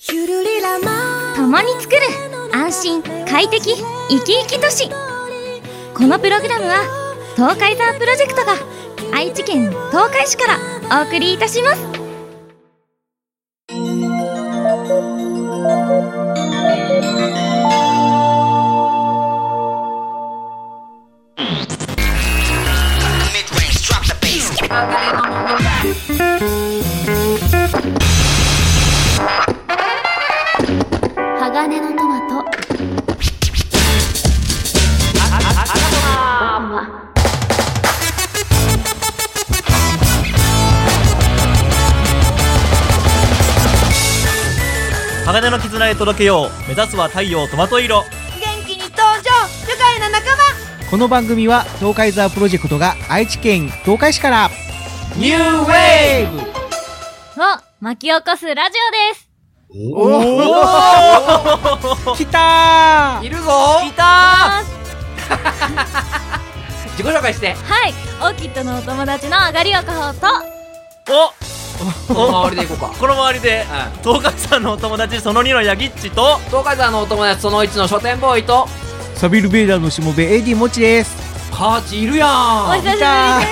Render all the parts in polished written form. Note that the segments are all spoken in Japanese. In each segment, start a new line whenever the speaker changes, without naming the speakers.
共に作る安心快適生き生き都市。このプログラムは東海ザープロジェクトが愛知県東海市からお送りいたします。鋼のトマト。
鋼の絆へ届けよう。目指すは太陽トマト色。
元気に登場、愉快な仲間。
この番組は東海ザープロジェクトが愛知県東海市からニューウェーブ
を巻き起こすラジオです。
おー来たー
いるぞ
いた
自己紹介して。
はい、オーキッドのお友達のあがりおかほと
ー。
この周りでいこうか。
この周りで、東海さんのお友達その2のヤギッチと
東海山のお友達その1の書店ボーイと
サビルベーダーのしもべ AD もちです。
カーチいるやん。
お久しぶりです。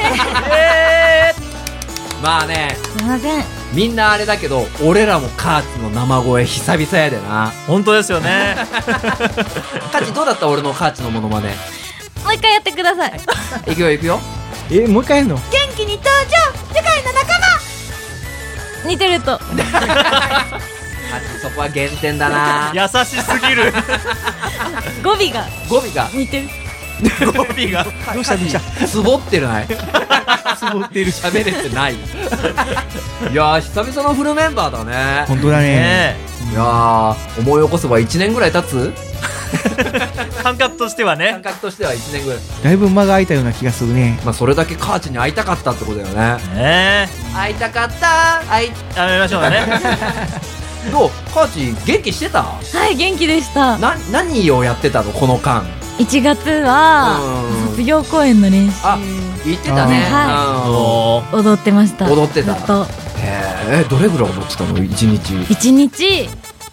まあね、
すいません。
みんなあれだけど俺らもカーチの生声久々やでな。
本当ですよね。
カーチどうだった？俺のカーチのモノマネ。
もう一回やってください。
いくよいくよ。
もう一回やるの？
元気に登場、愉快な仲間。似てると。
カーチそこは減点だな。
優しすぎる。
語尾が
語尾が
似てる。
語尾が
どうしたどうした
つぼってない。
つぼってる。
喋れてない。いやー久々のフルメンバーだね。
本当だね。
いやー思い起こせば1年ぐらい経つ。
感覚としては
感
ね。
覚としては1年ぐらい。
だいぶ間が空いたような気がするね。
まあそれだけカーチに会いたかったってことだよね。
ね
会いたかった
え。やめましょうね。
どうカーチ元気してた？
はい、元気でした。
何をやってたのこの間。
1月は卒業公演の練習
あ言ってたね。
は
うん
踊ってました。
踊ってた
ずっと
どれぐらい踊ってたの1日。
1日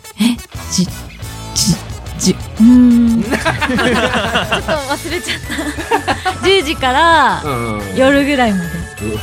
ちょっと忘れちゃった10時から夜ぐらいまで。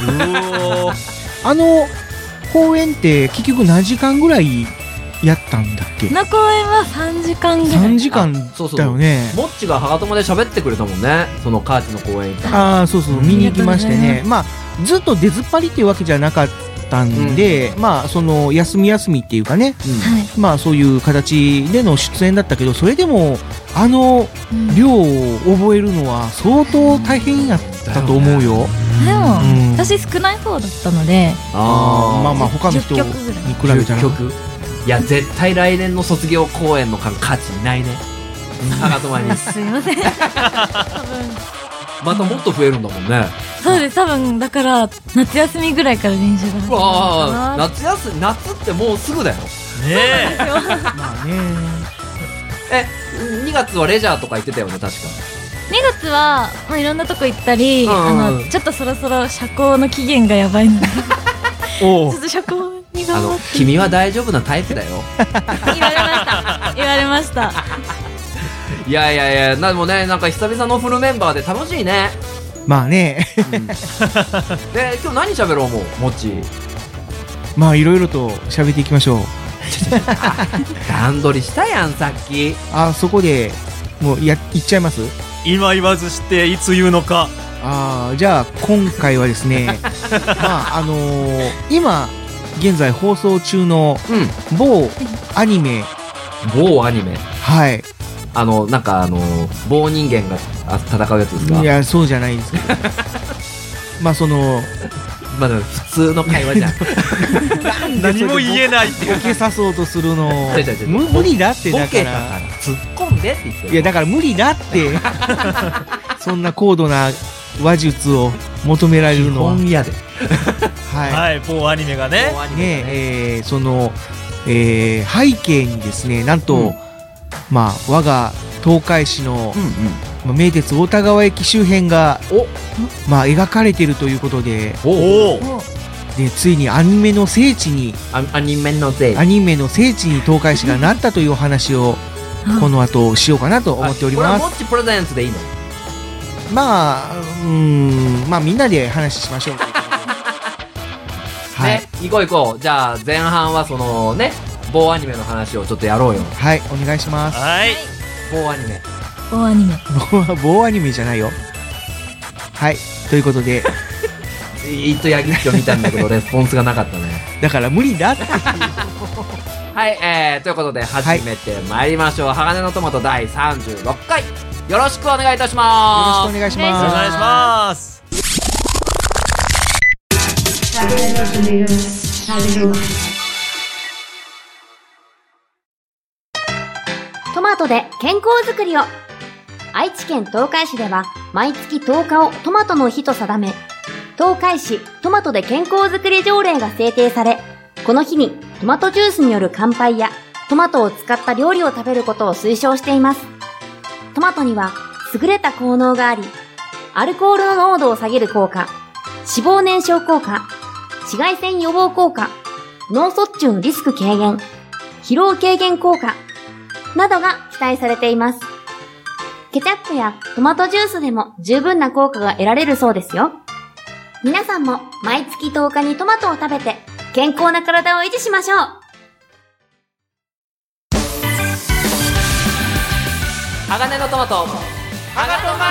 公演って結局何時間ぐらいやったんだっけ？
の公演は3時間ぐらい。
3時間だよね。
もっちがハガトマで喋ってくれたもんね。そのカーチの公演行った。
ああそうそう見に行きましてね。まあずっと出ずっぱりっていうわけじゃなかったんで、まあその休みっていうかね、まあそういう形での出演だったけど、それでも量を覚えるのは相当大変やったと思うよ。
でも私少ない方だったので、
まあ他の人に比べたら。
いや絶対来年の卒業公演のカーチいないね。ハガトマに。
すいません。
またもっと増えるんだもんね。
そうです。多分だから夏休みぐらいから練習が始まる。
わあ夏ってもうすぐだよ。
ねえ。
まあね。
2月はレジャーとか行ってたよね確か。
2月は、まあ、いろんなとこ行ったり、ちょっとそろそろ社交の期限がやばいのでちょっと社交に頑張って。
君は大丈夫なタイプだよ。
言われました。
いやでもね、なんか久々のフルメンバーで楽しいね。
まあね。
で今日何喋ろうもっち。
まあいろいろと喋っていきましょう。
段取りしたやんさっき。
そこでもう言っちゃいます？
今言わずしていつ言うのか。
じゃあ今回はですねまあ今現在放送中の某アニメ。
はい。なんか棒人間が戦うやつですか？
いやそうじゃないんですけどまあ
まだ普通の会話じゃん。
何も言えないって
ボケさそうとするの
無
無理だって。だから
突っ込んでって言ってる。
いやだから無理だってそんな高度な話術を求められるのは
本屋で
はい、某アニメがね
その背景にですねなんとまあ我が東海市の名鉄太田川駅周辺がまあ描かれているということで、 でついにアニメの聖地に
アニメの聖
地に東海市がなったというお話をこの後しようかなと思っております。
これはもっちプレゼンツでいいの？
まあみんなで話しましょう。はい、
ね、行こう。じゃあ前半はそのね、某アニメの話をちょっとやろうよ。
はい、お願いします。
はい。
某アニメ。
某アニメじゃないよ。はい、ということで
糸ヤギッチを見たんだけどレスポンスがなかったね。
だから無理だって
はい、ということで始めてまいりましょう。鋼のトマト第36回よろしくお願いいたします。
よろしくお願いします。
お願いします。
トマトで健康づくりを。愛知県東海市では毎月10日をトマトの日と定め、東海市トマトで健康づくり条例が制定され、この日にトマトジュースによる乾杯やトマトを使った料理を食べることを推奨しています。トマトには優れた効能があり、アルコールの濃度を下げる効果、脂肪燃焼効果、紫外線予防効果、脳卒中のリスク軽減、疲労軽減効果などが期待されています。ケチャップやトマトジュースでも十分な効果が得られるそうですよ。皆さんも毎月10日にトマトを食べて健康な体を維持しましょう。
鋼のトマト、鋼トマ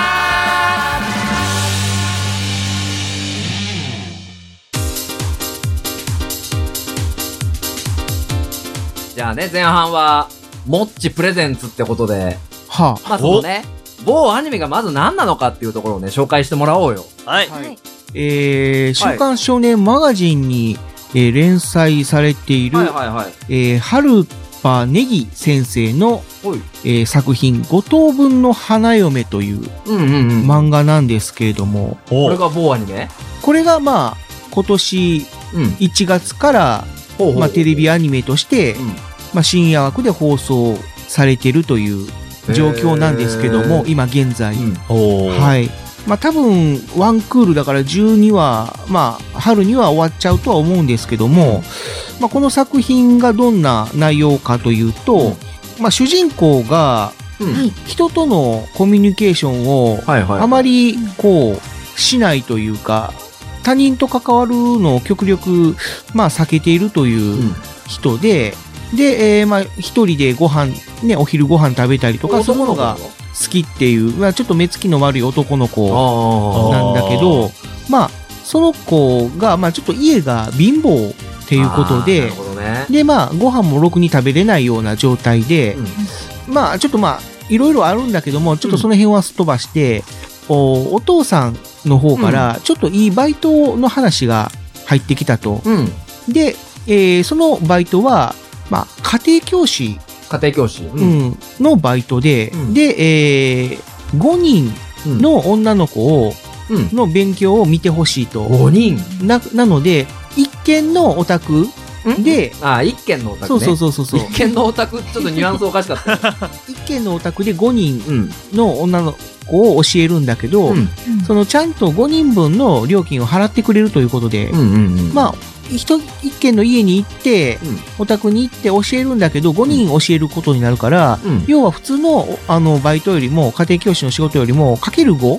じゃあね、前半はもっちプレゼンツってことで、
は
あ、まあそのね、某アニメがまず何なのかっていうところをね、紹介してもらおうよ。
はい。
週刊少年マガジンに、連載されている、はるぱねぎ先生の、作品、五等分の花嫁という漫画なんですけれども、
これが某アニメ？
これがまあ、今年1月から、まあ、テレビアニメとして、まあ、深夜枠で放送されているという状況なんですけども、今現在。はい。まあ多分、ワンクールだから12話、まあ春には終わっちゃうとは思うんですけども、まあこの作品がどんな内容かというと、まあ主人公が、人とのコミュニケーションをあまりこうしないというか、他人と関わるのを極力、まあ避けているという人で、まあ一人でご飯、ね、お昼ご飯食べたりとか、そういうのが好きっていう、まあちょっと目つきの悪い男の子なんだけど、まあその子が、まあちょっと家が貧乏っていうことで、で、まあご飯もろくに食べれないような状態で、まあちょっとまあいろいろあるんだけども、ちょっとその辺はすっ飛ばして、お父さんの方からちょっといいバイトの話が入ってきたと。で、そのバイトは、まあ家庭教師のバイトで、で、5人の女の子を、の勉強を見てほしいと。
5人
なので、一軒のお宅で、
一軒のお宅ね。
そう。
一軒のお宅、ちょっとニュアンスおかしかった。
一軒のお宅で5人の女の子を教えるんだけど、そのちゃんと5人分の料金を払ってくれるということで、まあ、一軒の家に行って、お宅に行って教えるんだけど、5人教えることになるから、要は普通の、バイトよりも、家庭教師の仕事よりも、かける 5？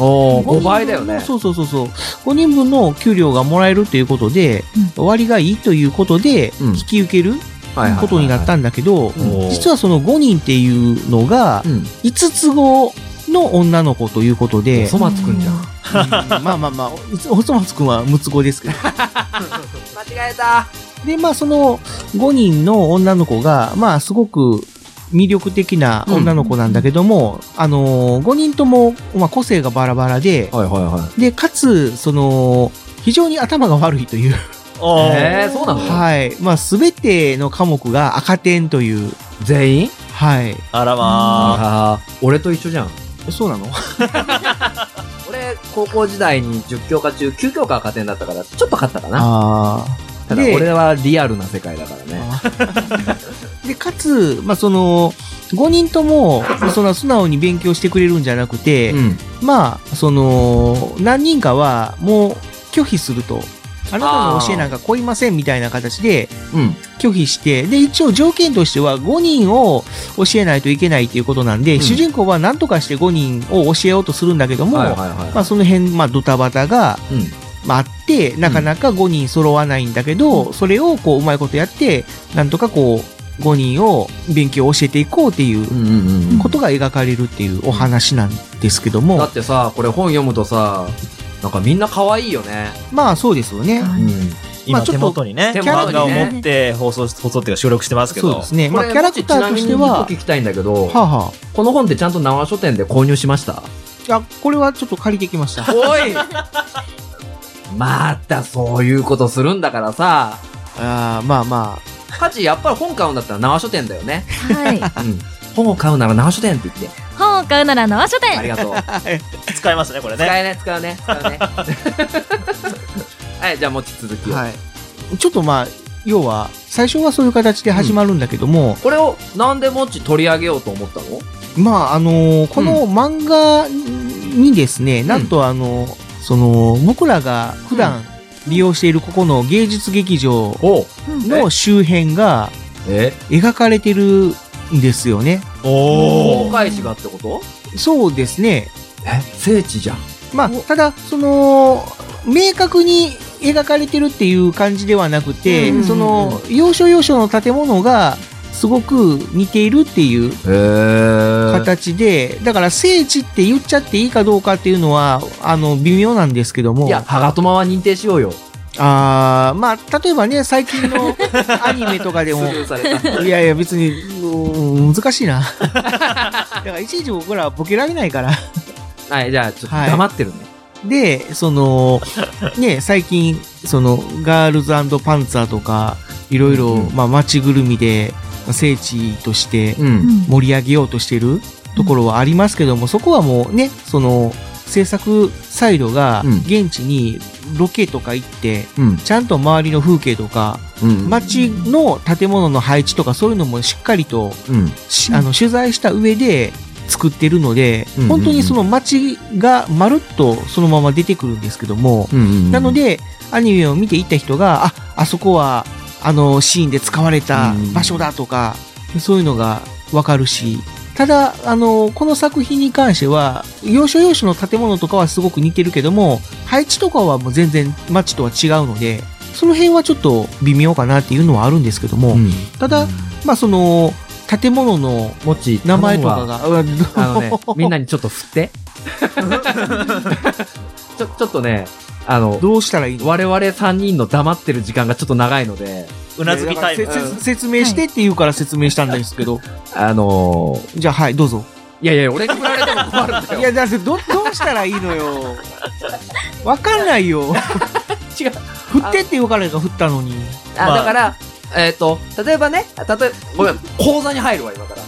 5倍だよね。
そう。5人分の給料がもらえるということで、割がいいということで、引き受けることになったんだけど、実はその5人っていうのが、5つ子の女の子ということで、
おそ松くんじゃん。
まあ、おそ松くんは6つ子ですけど。
間違えた。
で、まあその5人の女の子が、まあすごく魅力的な女の子なんだけども、5人とも、まあ、個性がバラバラで、で、かつ、その、非常に頭が悪いという。
そうなの？
はい。まあ、すべての科目が赤点という。
全員？
はい。
あらま
あ。俺と一緒じゃん。
そうなの？
俺、高校時代に10教科中9教科赤点だったから、ちょっと勝ったかな。ただ、俺はリアルな世界だからね。
で、かつ、まあ、その、5人とも、その素直に勉強してくれるんじゃなくて、まあ、その、何人かはもう拒否すると。 あなたの教えなんか超いませんみたいな形で拒否して、で一応条件としては5人を教えないといけないっていうことなんで、主人公は何とかして5人を教えようとするんだけども、まあその辺ドタバタがあってなかなか5人揃わないんだけど、それをこううまいことやってなんとかこう5人を勉強を教えていこうっていうことが描かれるっていうお話なんですけども、
だってさこれ本読むとさなんかみんな可愛いよね。
まあそうですよね。
今手元にね、漫画を持って放送っていうか収録してますけど。
そうですね。まあキャラクターとしては。
聞きたいんだけど、この本ってちゃんと縄書店で購入しました？
いや、これはちょっと借りてきました。
おいまたそういうことするんだからさ。
まあ。
カチやっぱり本買うんだったら縄書店だよね。
はい。
本を買うなら縄書店って言って。
本を買うなら縄書店。
ありがとう。
使えますねこれね。
使うね。はい、じゃあもち続きを。
はい。ちょっとまあ要は最初はそういう形で始まるんだけども、
これをなんでもち取り上げようと思ったの？
まあこの漫画にですね、なんとその僕らが普段利用しているここの芸術劇場の周辺が描かれてるんですよね。
東海市がってこと？
そうですね。
聖地じゃん。
まあただその明確に描かれてるっていう感じではなくて、その要所要所の建物がすごく似ているっていう形で、だから聖地って言っちゃっていいかどうかっていうのは微妙なんですけども。
いや、ハガトマは認定しようよ。
まあ例えばね最近のアニメとかでもいや別に難しいな。だからいちいち僕らはボケられないから。
はい、じゃあちょっと黙ってるね。
でそのね最近そのガールズ&パンツァーとかいろいろ街ぐるみで聖地として盛り上げようとしてるところはありますけども、そこはもうねその制作サイドが現地にロケとか行って、ちゃんと周りの風景とか、街の建物の配置とかそういうのもしっかりと、取材した上で作ってるので、本当にその街がまるっとそのまま出てくるんですけども、なのでアニメを見ていった人があそこはシーンで使われた場所だとか、そういうのがわかるし、ただこの作品に関しては要所要所の建物とかはすごく似てるけども、配置とかはもう全然街とは違うので、その辺はちょっと微妙かなっていうのはあるんですけども、ただまあその建物の名前とかが
みんなにちょっと振ってちょっとね
どうしたらいいの？
我々3人の黙ってる時間がちょっと長いので、
うなずきタイム。
説明してって言うから説明したんですけど。じゃあはい、どうぞ。
いや、俺に振られても困るんだよ。
いや、だってどうしたらいいのよ。わかんないよ。
違う。
振ってって言うから振ったのに。
だから、例えばね、ごめん、講座に入るわ、今から。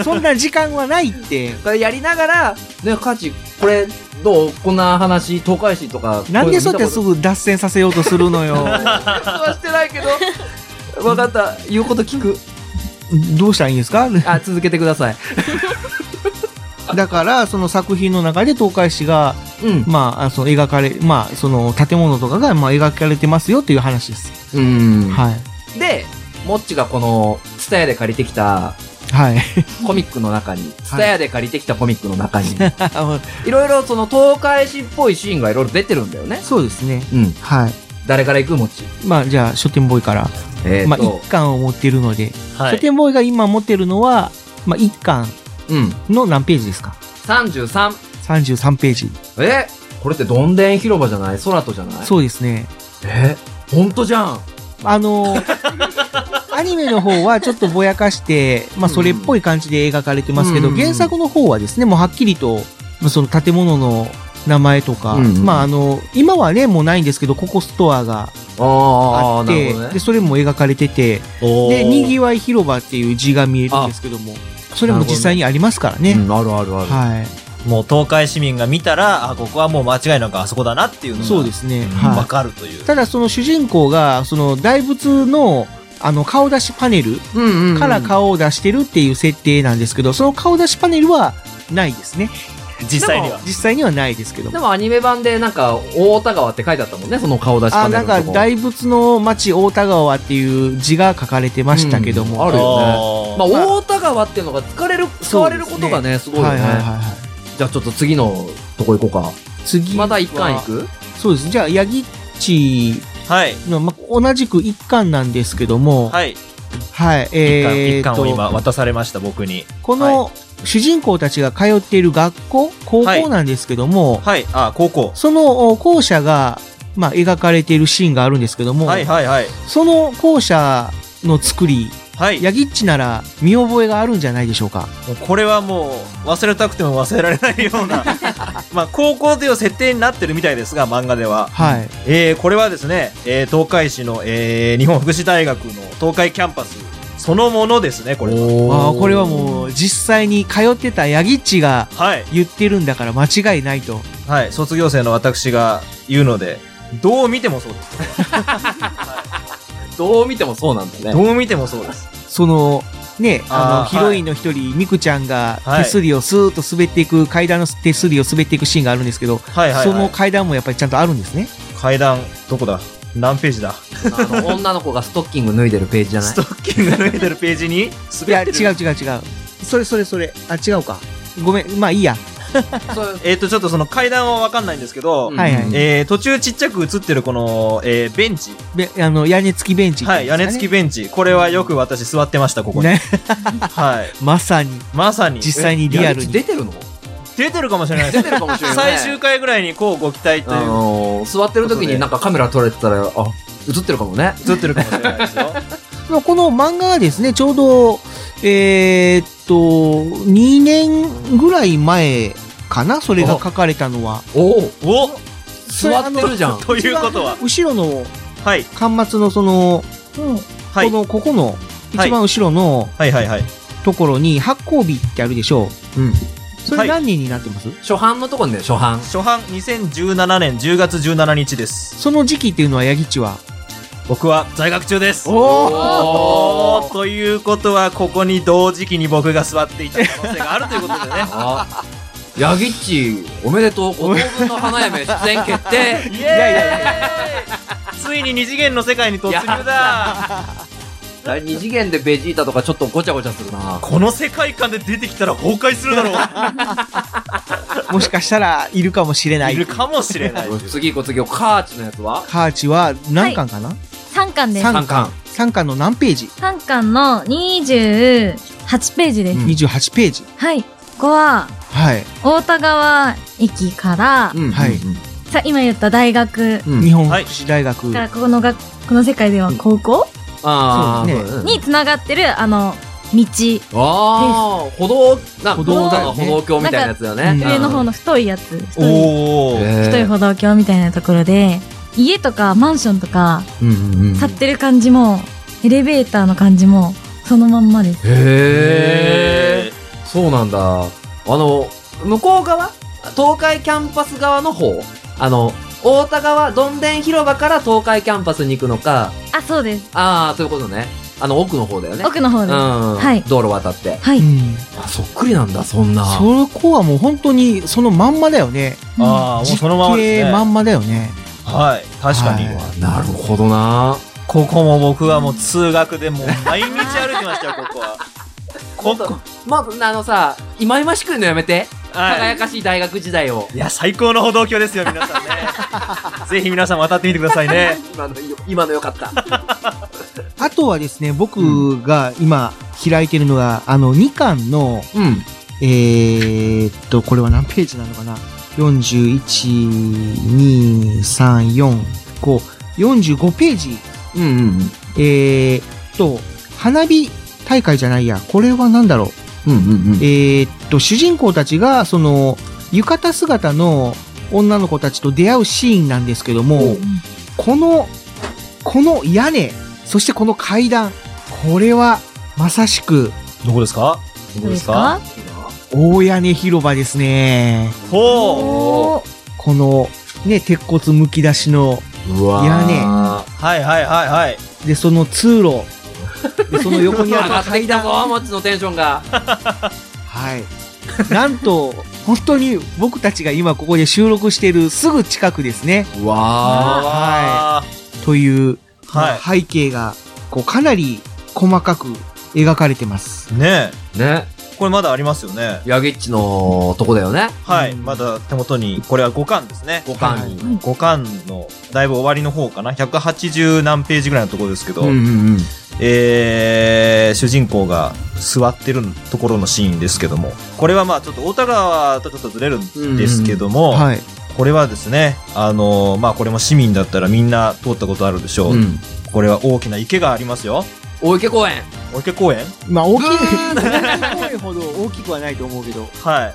そんな時間はないって。
これやりながら、ね、カチ、これ、どうこんな話、東海市とか。
なんでそうやってすぐ脱線させようとするのよ。
はしてないけど。分かった。言うこと聞く。
どうしたらいいんですか？
続けてください。
だから、その作品の中で東海市が、まあ、その描かれ、まあ、その建物とかが、まあ、描かれてますよっていう話です。はい。
で、もっちがこの、ツタヤで借りてきた、
はい。
コミックの中に、ツタヤで借りてきたコミックの中に、いろいろその東海市っぽいシーンがいろいろ出てるんだよね。
そうですね。はい。
誰から行く？もっち。
まあ、じゃあ、書店ボーイから。まあ、1巻を持ってるので、書店ボーイが今持ってるのは、まあ、1巻の何ページですか
？33。
33ページ。
これってどんでん広場じゃない？空とじゃない？
そうですね。
ほんとじゃん。
アニメの方はちょっとぼやかして、まあそれっぽい感じで描かれてますけど、原作の方はですね、もうはっきりと、その建物の名前とか、まあ今はね、もうないんですけど、ここストアがあって、で、それも描かれてて、で、にぎわい広場っていう字が見えるんですけども、それも実際にありますからね。
あるあるある。
はい。
もう東海市民が見たら、ここはもう間違いなくあそこだなっていうのが
そうですね。
わかるという。
ただその主人公が、その大仏の顔出しパネルから顔を出してるっていう設定なんですけど、その顔出しパネルはないですね。
実際には。
実際にはないですけど。
でもアニメ版でなんか、大田川って書いてあったもんね、その顔出しパネルのとこ。
なんか大仏の町大田川っていう字が書かれてましたけども。
あるよね。まあ、大田川っていうのが使われることがね、すごいよね。じゃあちょっと次のとこ行こうか。次。また一巻行く？
そうです。じゃあ、ヤギッチの、同じく一巻なんですけども。
はい。
はい。
一巻を今渡されました、僕に。
この、主人公たちが通っている学校、高校なんですけども。
はい。高校。
その校舎が、描かれているシーンがあるんですけども。その校舎の作り、ヤギッチなら見覚えがあるんじゃないでしょうか。
これはもう忘れたくても忘れられないような高校という設定になってるみたいですが、漫画では。これはですね、東海市の、日本福祉大学の東海キャンパスそのものですね、これは。
これはもう実際に通ってたヤギッチが言ってるんだから間違いないと。
はい、卒業生の私が言うので、どう見てもそうです。
どう見てもそうなんだね。
どう見てもそうです。
その、ね、ヒロインの一人、ミクちゃんが手すりをスーッと滑っていく、階段の手すりを滑っていくシーンがあるんですけど、その階段もやっぱりちゃんとあるんですね。
階段、どこだ？何ページだ？
女の子がストッキング脱いでるページじゃない？
ストッキング脱いでるページに？い
や、違う。それ。違うか。ごめん、まあいいや。
ちょっとその階段はわかんないんですけど、途中ちっちゃく映ってるこの、ベンチ。
屋根付きベンチ、
はい、屋根付きベンチ。これはよく私座ってました、ここに。はい。
まさに。実際にリアルに。
出てるの？
出てるかもしれないです。
出てるかもしれない。
最終回ぐらいにこうご期待という。
座ってる時になんかカメラ撮れてたら、映ってるかもね。
映ってるかもしれないですよ。
この漫画はですね、ちょうど、2年ぐらい前かな、それが書かれたのは。
座ってるじゃん。
ということは。
後ろの、巻末のその、ここの、一番後ろの、ところに、発行日ってあるでしょう。それ何人になってます？
初版のところね、初版
2017年10月17日です。
その時期っていうのは、ヤギッチは
僕は在学中です。ということは、ここに同時期に僕が座っていた可能性があるということでね。
ヤギッチ、おめでとう。5等分の花嫁出演決定。
いやついに二次元の世界に突入だ。
二次元でベジータとかちょっとごちゃごちゃするな。
この世界観で出てきたら崩壊するだろ
う。もしかしたらいるかもしれない。
いるかもしれない。
次カーチのやつは？
カーチは何巻かな
？3巻です。
3巻の何ページ
？3巻の28ページです。
28ページ。
はい。ここは、大田川駅から、今言った大学。
日本福祉大学。
からこの世界では高校に繋がってる、道。
歩道橋みたいなやつだよね。
上の方の太いやつ。太い歩道橋みたいなところで、家とかマンションとか、立ってる感じも、エレベーターの感じも、そのまんまです。
へー。そうなんだ。向こう側？東海キャンパス側の方？大田川、どんでん広場から東海キャンパスに行くのか。
そうです。
そういうことね。奥の方だよね。
奥の方です。はい。
道路渡って。
はい。
そっくりなんだ、そんな。
そこはもう本当にそのまんまだよね。
もうそのままですね。
まんまだよね。
はい。確かに。
なるほどな。
ここも僕はもう通学でもう毎日歩きましたよ、ここは。
さ、いまいましく言うのやめて。輝かしい大学時代を。
いや、最高の歩道橋ですよ、皆さんね。ぜひ皆さん渡ってみてくださいね。
今のよかった。
あとはですね、僕が今開いてるのが、2巻の、これは何ページなのかな ?41、2、3、4、5、45ページ。花火大会じゃないや。これは何だろう。主人公たちが、浴衣姿の女の子たちと出会うシーンなんですけども、この屋根、そしてこの階段、これは、まさしく、
どこですか？
大屋根広場ですね。この、ね、鉄骨むき出しの屋根。で、その通路。で、その横にある階段。
モッチのテンションが。
はい。なんと、 本当に僕たちが今ここで収録しているすぐ近くですね。
わ
はい。という、背景が、こう、かなり細かく描かれてます。
ね
え。ね。
これまだありますよね。
ヤギッチのとこだよね。
はい。まだ手元に、これは5巻ですね。
5巻に。
5巻の、だいぶ終わりの方かな。180何ページぐらいのところですけど、主人公が座ってるところのシーンですけども、これはまあちょっと大田川とちょっとずれるんですけども、これはですね、まあこれも市民だったらみんな通ったことあるでしょう。これは大きな池がありますよ。
大池公園。
大池公園？
まあ大きい公園ほど大きくはないと思うけど。
はい。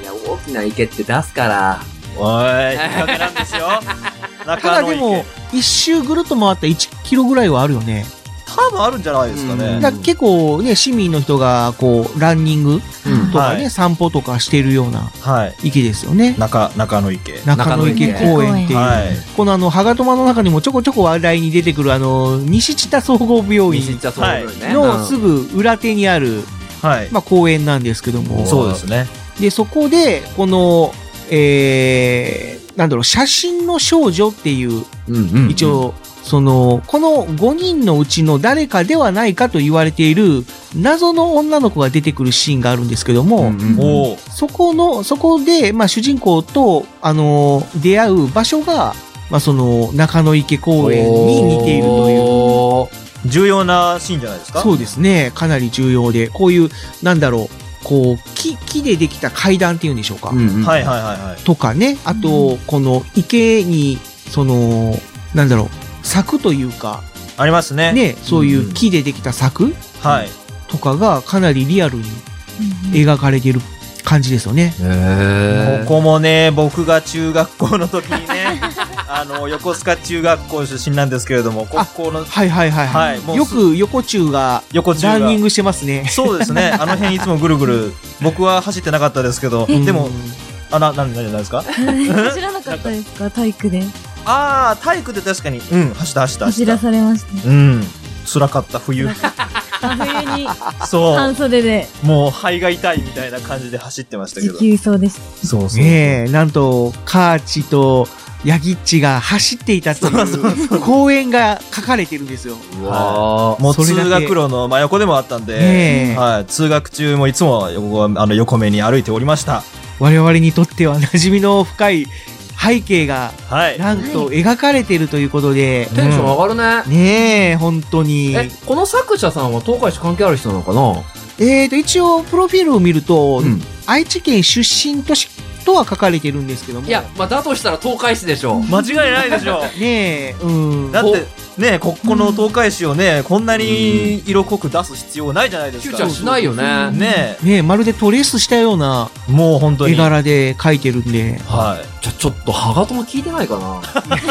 いや、大きな池って出すから。
おい、ダメなんですよ。
ただでも、一周ぐるっと回った1キロぐらいはあるよね。
多分あるんじゃないですかね。
だ結構ね、市民の人が、こう、ランニングとかね、散歩とかしてるような池ですよね。
中野池。
中野池公園っていう。この、はがとまの中にもちょこちょこ話題に出てくる、西知多総合病院のすぐ裏手にある、まあ、公園なんですけども。
そうですね。
で、そこで、この、なんだろう、写真の少女っていう、一応、この5人のうちの誰かではないかと言われている謎の女の子が出てくるシーンがあるんですけども、そこで、まあ、主人公と、出会う場所が、まあ、中野池公園に似ているという。
重要なシーンじゃないですか？
そうですね。かなり重要で、こういう、なんだろう、こう、木でできた階段っていうんでしょうか。とかね。あと、この池に、なんだろう、柵というか。
ありますね。
ね、そういう木でできた柵とかがかなりリアルに描かれている感じですよね。
ここもね、僕が中学校の時にね、横須賀中学校出身なんですけれども、ここの。
よく横中がランニングしてますね。
そうですね。あの辺いつもぐるぐる、僕は走ってなかったですけど、でも、なんですか？
知らなかったですか？体育で。
ああ、体育で確かに、走った。
走らされました。
辛かった、冬。
冬に、半袖で。
もう肺が痛いみたいな感じで走ってましたけど。
持久走でした。
そう。
ねえ、なんと、カーチとヤギッチが走っていたという公園が書かれてるんですよ。
もう通学路の真横でもあったんで、通学中もいつも横目に歩いておりました。
我々にとっては馴染みの深い背景が、なんと描かれているということで。
テンション上がるね。
ねえ、本当に。
この作者さんは東海市関係ある人なのかな？
一応、プロフィールを見ると、愛知県出身とは書かれてるんですけども。
いや、まあ、だとしたら東海市でしょ。
間違いないでしょ。
ねえ、
だって、ねこの東海市をね、こんなに色濃く出す必要ないじゃないですか。
フューチャーしないよね。
ねえ、まるでトレースしたような、
もう本当に。
絵柄で描いてるんで。
じゃ、ちょっと、ハガトも聞いてないかな。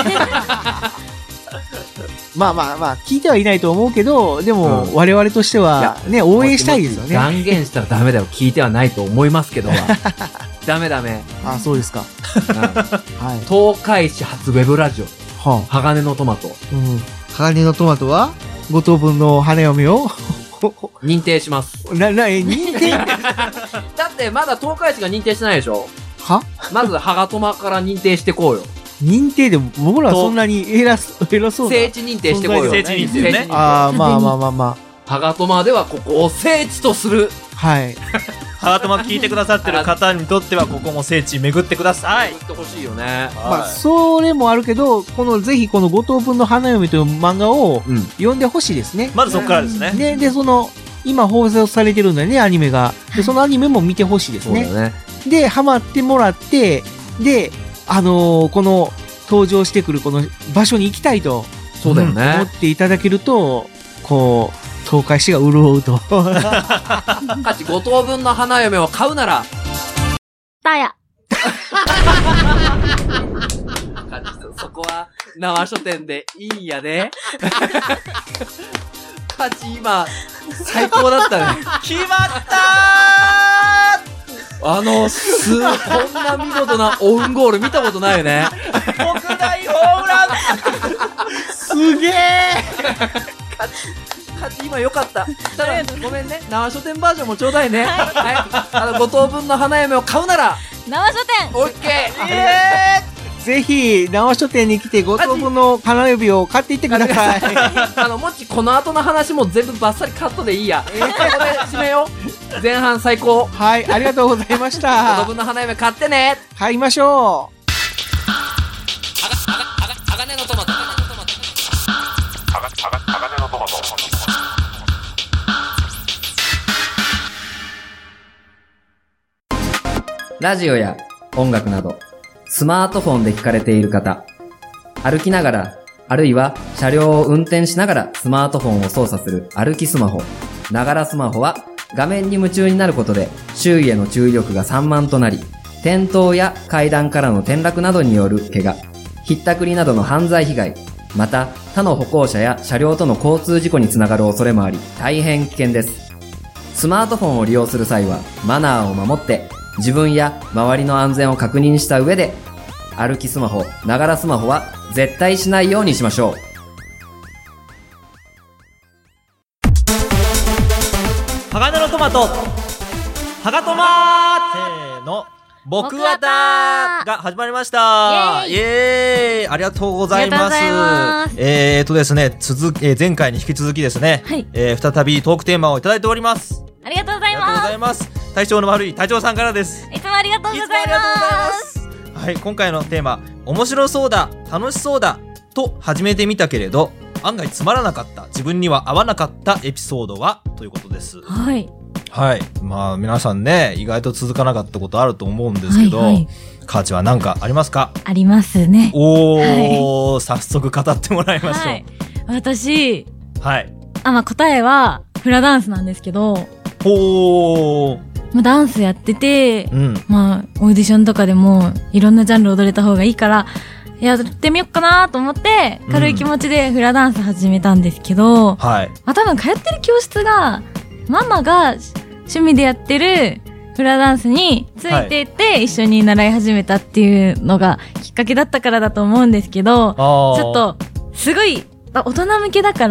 まあ、聞いてはいないと思うけど、でも、我々としては、ね、応援したいですよね。
断言したらダメだよ。聞いてはないと思いますけど。ダメ。
あ、そうですか。
東海市初ウェブラジオ。鋼のトマト。
鋼のトマトは5等分の花嫁を
認定します。
認定
だってまだ東海市が認定してないでしょ？まずハガトマから認定してこうよ。
認定でも僕らそんなに偉そうな。
聖地認定してこいよ。
聖地認定ね。
まあ。
ハガトマではここを聖地とする。
はい。
ハガトマ聞いてくださってる方にとってはここも聖地巡ってください。
巡ってほしいよね。
まあ、それもあるけど、ぜひこの5等分の花嫁という漫画を読んでほしいですね。
まずそこからですね。
で、今放送されてるんだよね、アニメが。で、そのアニメも見てほしいですね。
そうだね。
で、ハマってもらって、で、この登場してくるこの場所に行きたいと。
そうだよね。
思っていただけると、こう、東海市が潤うと。
価値5等分の花嫁を買うなら。
タヤ。
そこは、縄書店でいいんやで。価値今、最高だったね。
決まった
ー！こんな見事なオウンゴール見たことないよね。
国内ホームラン
すげー
価値今良かった。ただ、ごめんね。縄書店バージョンもちょうだいね。はい。5等分の花嫁を買うなら、
生書店
オッケー。
ぜひ、縄書店に来て、5等分の花指を買っていってください。
もちこの後の話も全部バッサリカットでいいや。これ締めよう。前半最高。
はい、ありがとうございまし
5
た
等。分の花嫁買ってね。
買いましょう。
鋼のトマト。ラジオや音楽など、スマートフォンで聞かれている方、歩きながら、あるいは車両を運転しながらスマートフォンを操作する歩きスマホ、ながらスマホは画面に夢中になることで周囲への注意力が散漫となり、転倒や階段からの転落などによる怪我、ひったくりなどの犯罪被害、また他の歩行者や車両との交通事故につながる恐れもあり、大変危険です。スマートフォンを利用する際はマナーを守って、自分や周りの安全を確認した上で、歩きスマホ、ながらスマホは絶対しないようにしましょう。
鋼のトマト、はがトマせーの、僕わたが始まりました。イエーイ、ありがとうございます。ですね、前回に引き続きですね、はい、再びトークテーマをいただいております。
ありがとうございます。
ありがとうございます。体調の悪い隊長さんからです。
いつもありがとうございます。
はい、今回のテーマ、面白そうだ、楽しそうだと始めてみたけれど、案外つまらなかった、自分には合わなかったエピソードはということです。
はい。
はい。まあ皆さんね、意外と続かなかったことあると思うんですけど、はいはい、カーチは何かありますか？
ありますね。
おー、はい、早速語ってもらいましょう。はい、
私、
はい。
答えはフラダンスなんですけど、
ほー。
ダンスやってて、
うん、
オーディションとかでもいろんなジャンル踊れた方がいいから、やってみようかなと思って、軽い気持ちでフラダンス始めたんですけど、
はい。
多分通ってる教室が、ママが趣味でやってるフラダンスについていて、一緒に習い始めたっていうのがきっかけだったからだと思うんですけど、ちょっと、すごい、大人向けだから、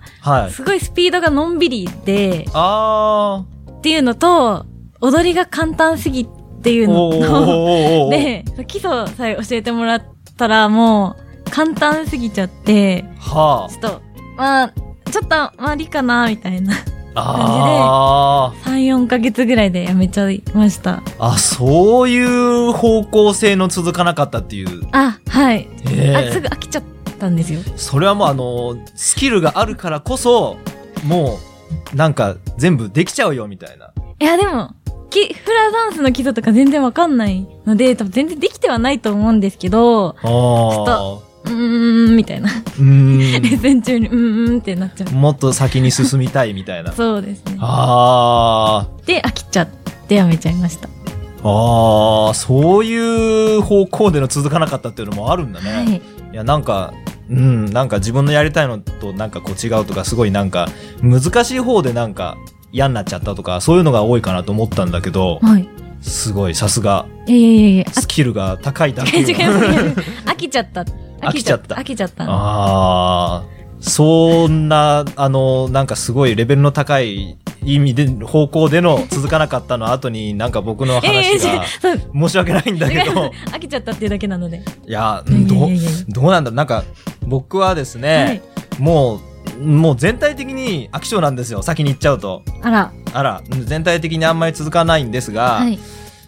はい、
すごいスピードがのんびりで、っていうのと、踊りが簡単すぎっていうのと、で、基礎さえ教えてもらったらもう簡単すぎちゃって、
はあ、
ちょっと理かなみたいな感じで、3、4ヶ月ぐらいでやめちゃいました。
あ、そういう方向性の続かなかったっていう。
はい。すぐ飽きちゃったんですよ。
それはもうスキルがあるからこそ、もう、なんか全部できちゃうよみたいな。
いやでも、フラダンスの基礎とか全然わかんないので、多分全然できてはないと思うんですけど、ちょっと、みたいな。レッスン中に、ってなっちゃう。
もっと先に進みたいみたいな。
そうですね。
で、
飽きちゃってやめちゃいました。
そういう方向での続かなかったっていうのもあるんだね。はい。いや、なんか自分のやりたいのとなんかこう違うとか、すごいなんか、難しい方でなんか、嫌になっちゃったとか、そういうのが多いかなと思ったんだけど、
はい、
すごい、さすが、スキルが高いだけ。
飽きちゃった。
飽きちゃった。
ん
そんな、なんかすごいレベルの高い意味で、方向での続かなかったの後に、なんか僕の話が、申し訳ないんだけど。
飽きちゃったっていうだけなので。
いや、どうなんだろう。なんか、僕はですね、はい、もう全体的に飽き性なんですよ。先に言っちゃうと。
あら。
全体的にあんまり続かないんですが、はい、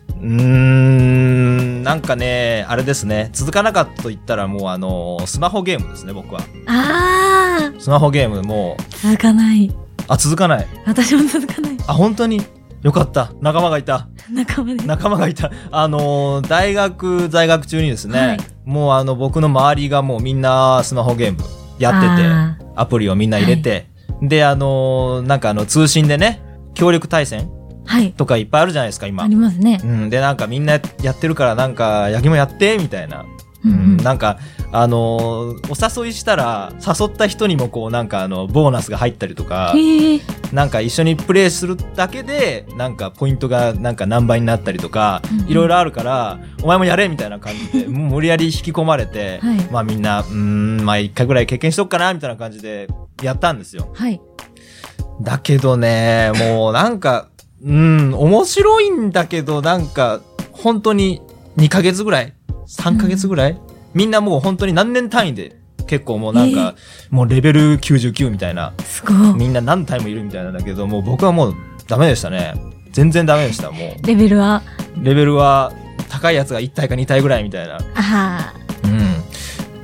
なんかね、あれですね。続かなかったと言ったらもうスマホゲームですね、僕は。スマホゲームも
続かない。
続かない。
私も続かない。
本当によかった。仲間がいた。
仲間がいた。
大学在学中にですね、はい、もう僕の周りがもうみんなスマホゲームやってて、アプリをみんな入れて、はい、で、なんか通信でね、協力対戦とかいっぱいあるじゃないですか、今。
ありますね。
で、なんかみんなやってるから、なんか、ヤギもやって、みたいな。なんか、お誘いしたら、誘った人にもこう、なんかボーナスが入ったりとか、なんか一緒にプレイするだけで、なんかポイントがなんか何倍になったりとか、いろいろあるから、お前もやれみたいな感じで、無理やり引き込まれて、はい、まあみんな、まあ一回ぐらい経験しとくかな、みたいな感じでやったんですよ。
はい。
だけどね、もうなんか、面白いんだけど、なんか、 本当に2ヶ月ぐらい ?3 ヶ月ぐらい、みんなもう本当に何年単位で結構もうなんか、もうレベル99みたいな。
すごい。
みんな何体もいるみたいなんだけど、もう僕はもうダメでしたね。全然ダメでした、もう。
レベルは
高いやつが1体か2体ぐらいみたいな。
あ
うん。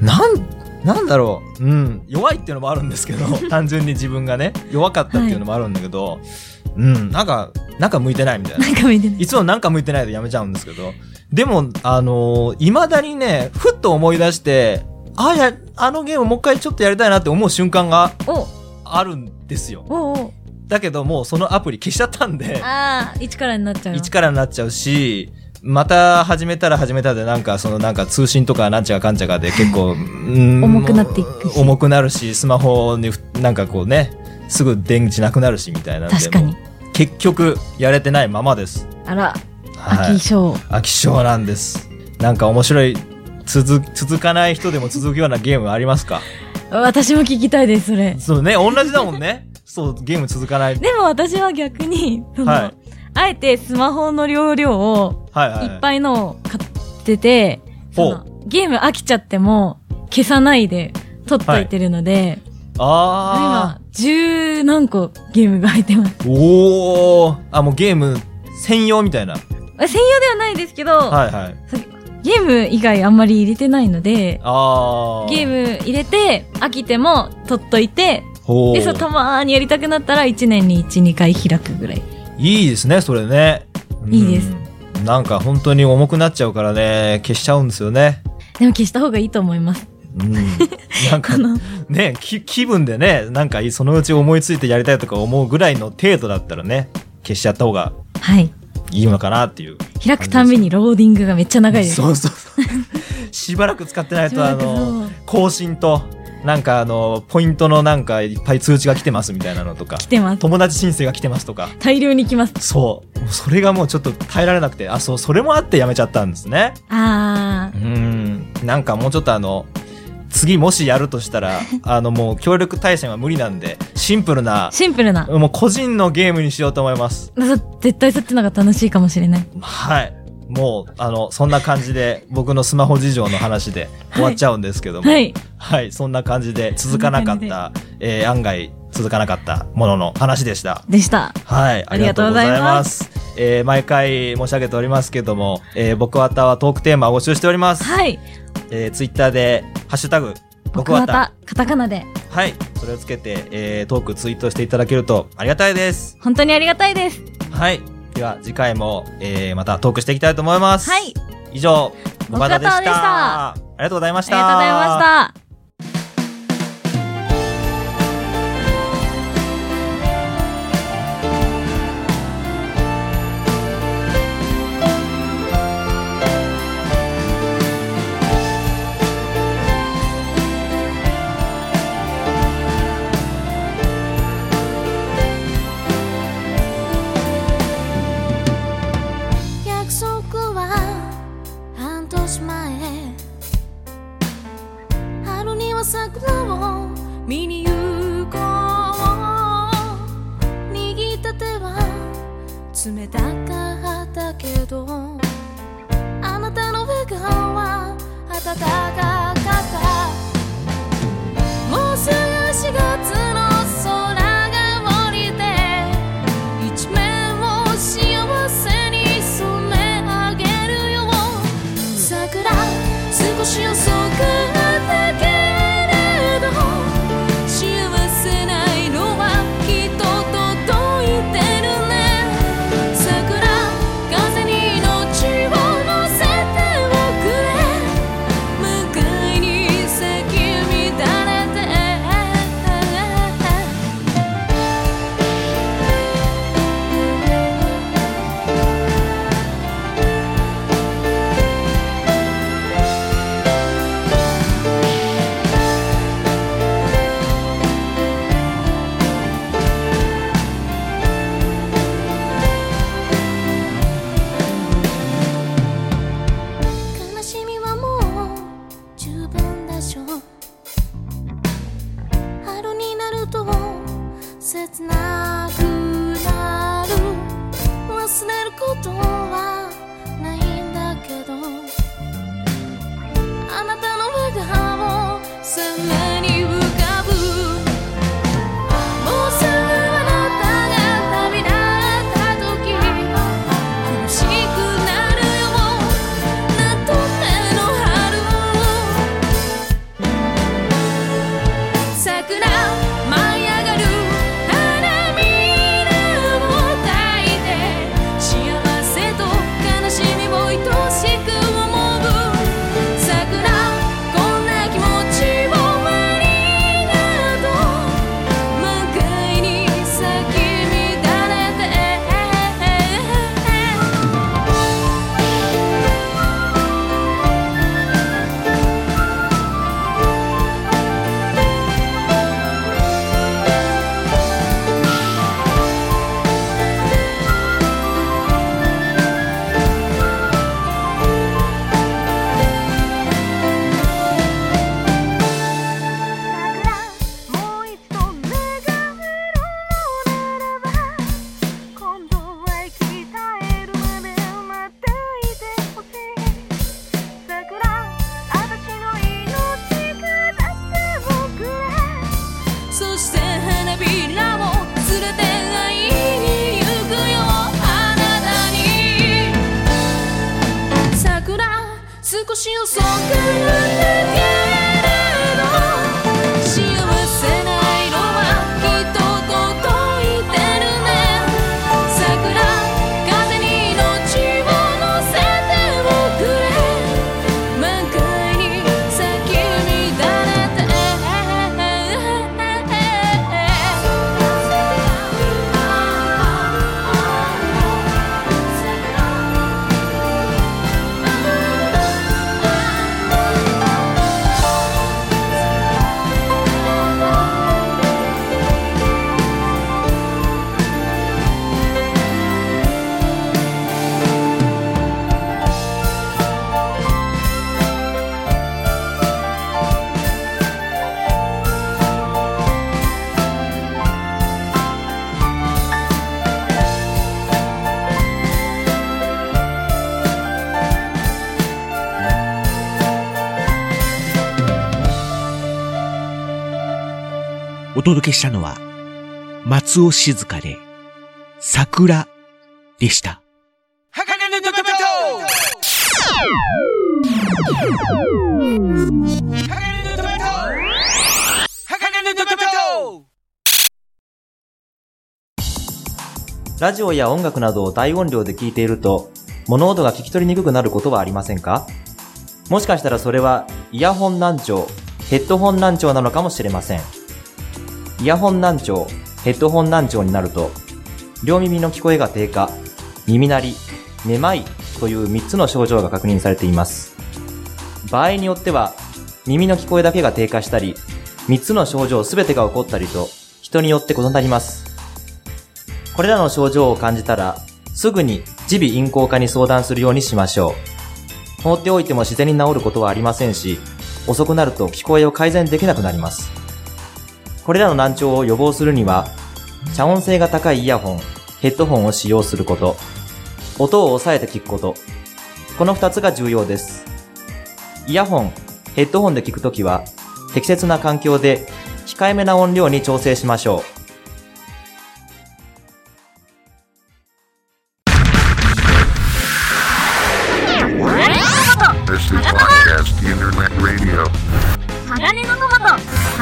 なんだろう。うん。弱いっていうのもあるんですけど、単純に自分がね、弱かったっていうのもあるんだけど、うん。なんか向いてないみたいな。
なんか向いてない。
いつもなんか向いてないとやめちゃうんですけど、でも、未だにね、ふっと思い出して、あのゲームもう一回ちょっとやりたいなって思う瞬間があるんですよ。だけどもうそのアプリ消しちゃったんで。
一からになっちゃう。
一からになっちゃうし、また始めたらでなんか通信とかなんちゃかかんちゃかで結構、
重くなっていくし。
重くなるし、スマホになんかこうね、すぐ電池なくなるしみたいなんで。
確かに。
結局やれてないままです。
あら、
はい、飽き性なんです。なんか面白い、続かない人でも続くようなゲームありますか？
私も聞きたいです、それ。
そうね、同じだもんね。そう、ゲーム続かない。
でも私は逆に、あえてスマホの容量を、いっぱいのを買ってて、ゲーム飽きちゃっても消さないで取っといてるので、今、10何個ゲームが入ってます。
もうゲーム専用みたいな。
専用ではないですけど、ゲーム以外あんまり入れてないので、ゲーム入れて飽きても取っといて、で、たまーにやりたくなったら1年に1、2回開くぐらい。
いいですね、それね。
いいです。
なんか本当に重くなっちゃうからね、消しちゃうんですよね。
でも消した方がいいと思います。
なんかね、気分でね、なんかそのうち思いついてやりたいとか思うぐらいの程度だったらね、消しちゃった方がいいのかなっていう。
開くたんびにローディングがめっちゃ長いです。
そう。しばらく使ってないと更新と、なんかポイントのなんかいっぱい通知が来てますみたいなのとか。
来てます。
友達申請が来てますとか。
大量に来ます。
そう。それがもうちょっと耐えられなくて、それもあってやめちゃったんですね。なんかもうちょっと次もしやるとしたら、もう協力対戦は無理なんで、シンプルな。もう個人のゲームにしようと思います。
絶対そっちの方が楽しいかもしれない。
はい。もう、そんな感じで、僕のスマホ事情の話で終わっちゃうんですけども。はい、そんな感じで続かなかった、案外続かなかったものの話でした。はい、ありがとうございます。毎回申し上げておりますけども、僕わたはトークテーマを募集しております。ツイッターで、ハッシュタグ、僕わた、
カタカナで。
はい、それをつけて、トークツイートしていただけるとありがたいです。
本当にありがたいです。
はい。では次回も、またトークしていきたいと思います。
はい。
以上、僕わたでした。ありがとうございました。
ありがとうございました。
桜を見に行こう。握った手は冷たかったけど、あなたの笑顔は温かかった。もうすぐ4月の空が降りて、一面を幸せに染め上げるよ。桜少し遅くだけ切なくなる。忘れることはない年遅くなるけれど幸せな色はきっと届いてるね桜風に命を乗せておくれ満開に咲き乱れて
お届けしたのは、松尾静香で、桜でした。鋼のトマト
ラジオや音楽などを大音量で聞いていると、物音が聞き取りにくくなることはありませんか？もしかしたらそれは、イヤホン難聴、ヘッドホン難聴なのかもしれません。イヤホン難聴、ヘッドホン難聴になると、両耳の聞こえが低下、耳鳴り、めまいという3つの症状が確認されています。場合によっては、耳の聞こえだけが低下したり、3つの症状すべてが起こったりと、人によって異なります。これらの症状を感じたら、すぐに耳鼻咽喉科に相談するようにしましょう。放っておいても自然に治ることはありませんし、遅くなると聞こえを改善できなくなります。これらの難聴を予防するには、遮音性が高いイヤホン、ヘッドホンを使用すること、音を抑えて聞くこと、この2つが重要です。イヤホン、ヘッドホンで聞くときは、適切な環境で控えめな音量に調整しましょう。
鋼のトマト、鋼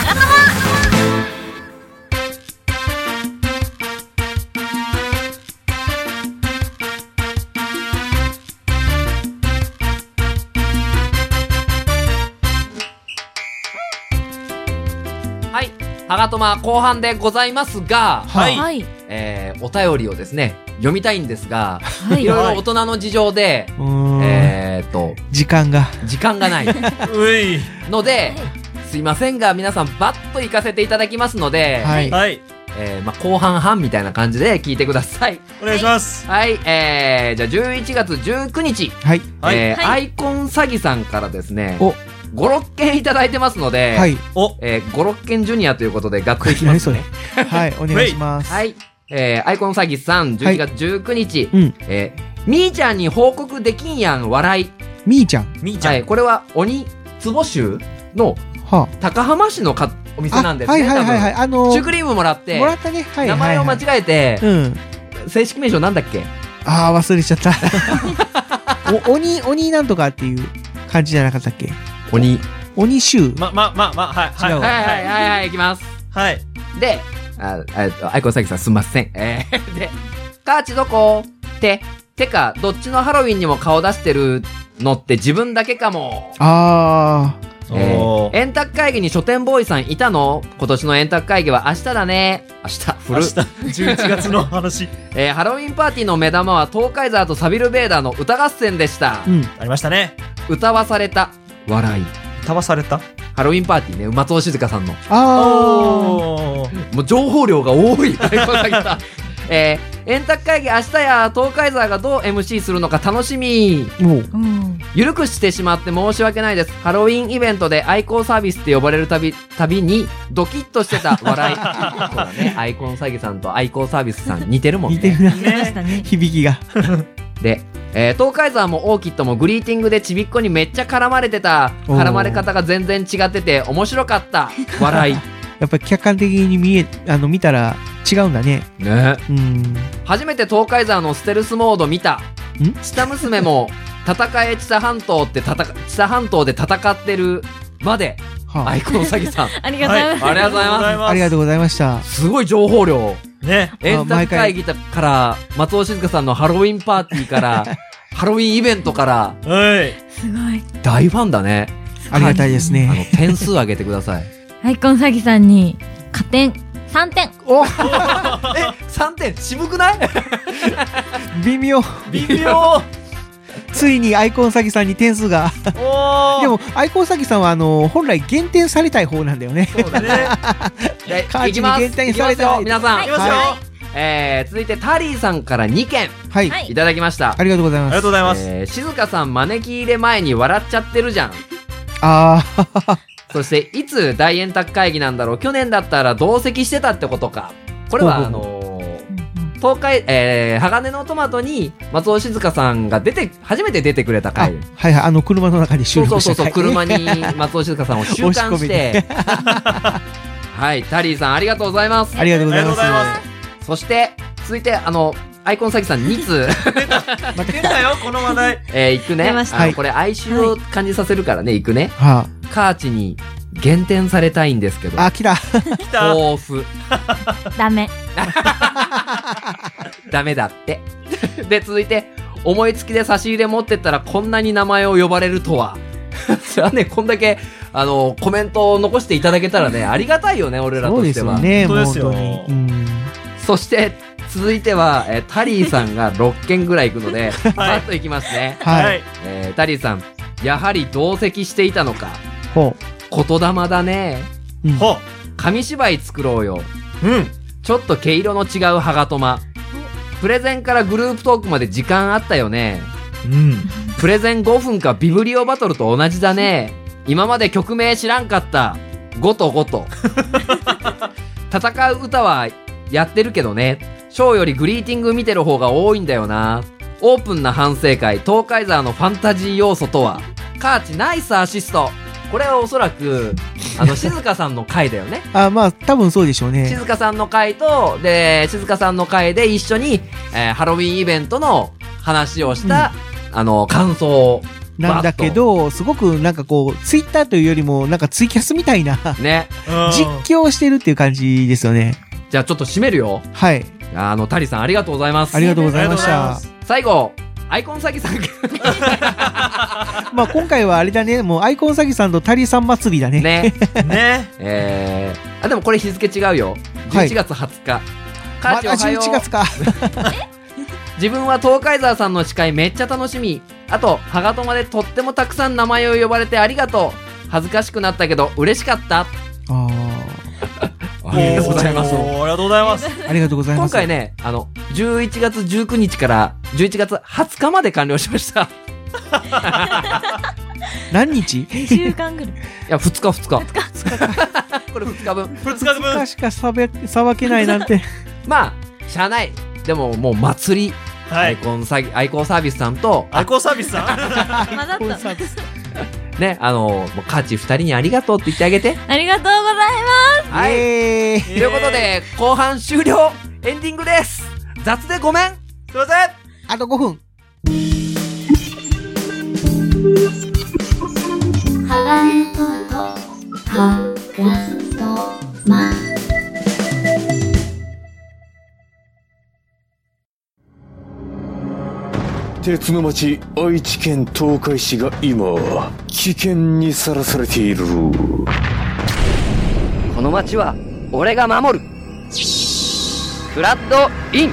はい、はがとま後半でございますが、
はい。
お便りをですね、読みたいんですが、
はい
いろいろ大人の事情で、
時間が
ない。
うい。
ので、すいませんが、皆さんバッと行かせていただきますので、
はい
はい。
後半半みたいな感じで聞いてください。
お願いします。
はい、じゃあ11月19日、
はい
アイコン詐欺さんからですね、
お
5、6件いただいてますので、
はい
お、
5、6件ジュニアということで学校行きますね。
はいお願いします
はい、アイコン詐欺さん、11月19日、
うん
みーちゃんに報告できんやん笑い。
みーちゃん
みーちゃん。
はい、これは鬼壺州の
は
高浜市のお店なんですね。
はいはいはいはい
多分シュークリームもらって、
もらったねはい
名前を間違えて、
うん
正式名称なんだっけ？
あー忘れちゃった鬼なんとかっていう感じじゃなかったっけ？鬼シュー
はい。
違うわ
はい、いきます。
はい。
で、アイコン詐欺さんすんません。で、カーチどこ？てか、どっちのハロウィンにも顔出してるのって自分だけかも。
おー
円卓会議に書店ボーイさんいたの？今年の円卓会議は明日だね。明日、
11月の話。
ハロウィンパーティーの目玉は東海沢とサビルベーダーの歌合戦でした。
ありましたね。
歌わされた。笑い。
歌わされた？
ハロウィンパーティーね、松尾静香さんの。
おー。
もう情報量が多い。円卓会議明日や東海沢がどう MC するのか楽しみ。ゆるくしてしまって申し訳ないです。ハロウィンイベントで愛好サービスって呼ばれるたびにドキッとしてた笑い。そうだね、アイコン詐欺さんと愛好サービスさん似てるもんね。
似てるな、
ね、
響きが
で、東海沢もオーキッドもグリーティングでちびっこにめっちゃ絡まれてた。絡まれ方が全然違ってて面白かった。笑い。
やっぱり客観的に見たら違うんだね。
ね。初めて東海沢のステルスモード見た。下娘も戦え知多半島って知多半島で戦ってるまで、アイコンうさぎさん
ありがとうございます、
ありがとうございます。
ありがとうございました。
すごい情報量
ね。
円卓会議から松尾静香さんのハロウィンパーティーからハロウィンイベントから、
はい、
すごい
大ファンだね。
ありがたいですね。
点数上げてください。
アイコンうさぎさんに加点3点。
お3点渋くない？
微妙。ついにアイコンうさぎさんに点数がでもアイコンうさぎさんは本来減点されたい方なんだよね。
そうだね。
カーチに減点されたい。
皆さん、いきますよ。続いてタリーさんから2件いただきました。
ありがとうございます。
ありがとうございます。
静香さん招き入れ前に笑っちゃってるじゃん。そしていつ大円卓会議なんだろう。去年だったら同席してたってことか。これは東海鋼のトマトに松尾静香さんが初めて出てくれた回。
はいはい、車の中で収録した回。
そう車に松尾静香さんを収監してはい、タリーさんありがとうございます。
ありがとうございます。
そして続いてアイコンうさぎさん2通
出たよこの話題。
いくね。これ哀愁を感じさせるからね、いくね。カーチに減点されたいんですけど。
来た。
豆腐。
ダメ。
ダメだって。で、続いて、思いつきで差し入れ持ってったらこんなに名前を呼ばれるとは。それはね、こんだけ、コメントを残していただけたらね、ありがたいよね、俺らとしては。
そうですよね、
本当に。
そして、続いては、タリーさんが6件ぐらい行くので、パッといきますね。
はい。
タリーさん、やはり同席していたのか。言霊だね。紙芝居作ろうよ。ちょっと毛色の違うハガトマ。プレゼンからグループトークまで時間あったよね。プレゼン5分かビブリオバトルと同じだね。今まで曲名知らんかった。5と5と。戦う歌はやってるけどね。ショーよりグリーティング見てる方が多いんだよな。オープンな反省会、東海沢のファンタジー要素とは。カーチナイスアシスト。これはおそらく静香さんの回だよね。
まあ多分そうでしょうね。
静香さんの回とで静香さんの回で一緒に、ハロウィンイベントの話をした、感想
なんだけど、すごくなんかこうツイッターというよりもなんかツイキャスみたいなね実況してるっていう感じですよね。
じゃあちょっと締めるよ。
はい。
タリさんありがとうございます。
ありがとうございました。
最後アイコンうさぎさん
まあ今回はあれだね、もうアイコンうさぎさんとタリさん祭りだね。
ね。でもこれ日付違うよ。11月20日。
まだ11月か。
自分は東海沢さんの司会めっちゃ楽しみ。あとハガトマでとってもたくさん名前を呼ばれてありがとう。恥ずかしくなったけど嬉しかった。ありがとうございます。
ありがとうございます。
ありがとうございます。
今回ね、11月19日から11月20日まで完了しました。
何日
?2 週間ぐらい。い
や、2日。これ2日分。
2日しかさばけないなんて。
まあ、しゃあない。でももう祭り。アイコンサービスさんと。
アイコンサービスさん
混ざった。
ね、もうカーチ2人にありがとうって言ってあげて。
ありがとうございます。
はい。ということで、後半終了。エンディングです。雑でごめん。
すいません。
あと5分。
鉄の町愛知県東海市が今危険にさらされている。
この町は俺が守る。フラッドイン。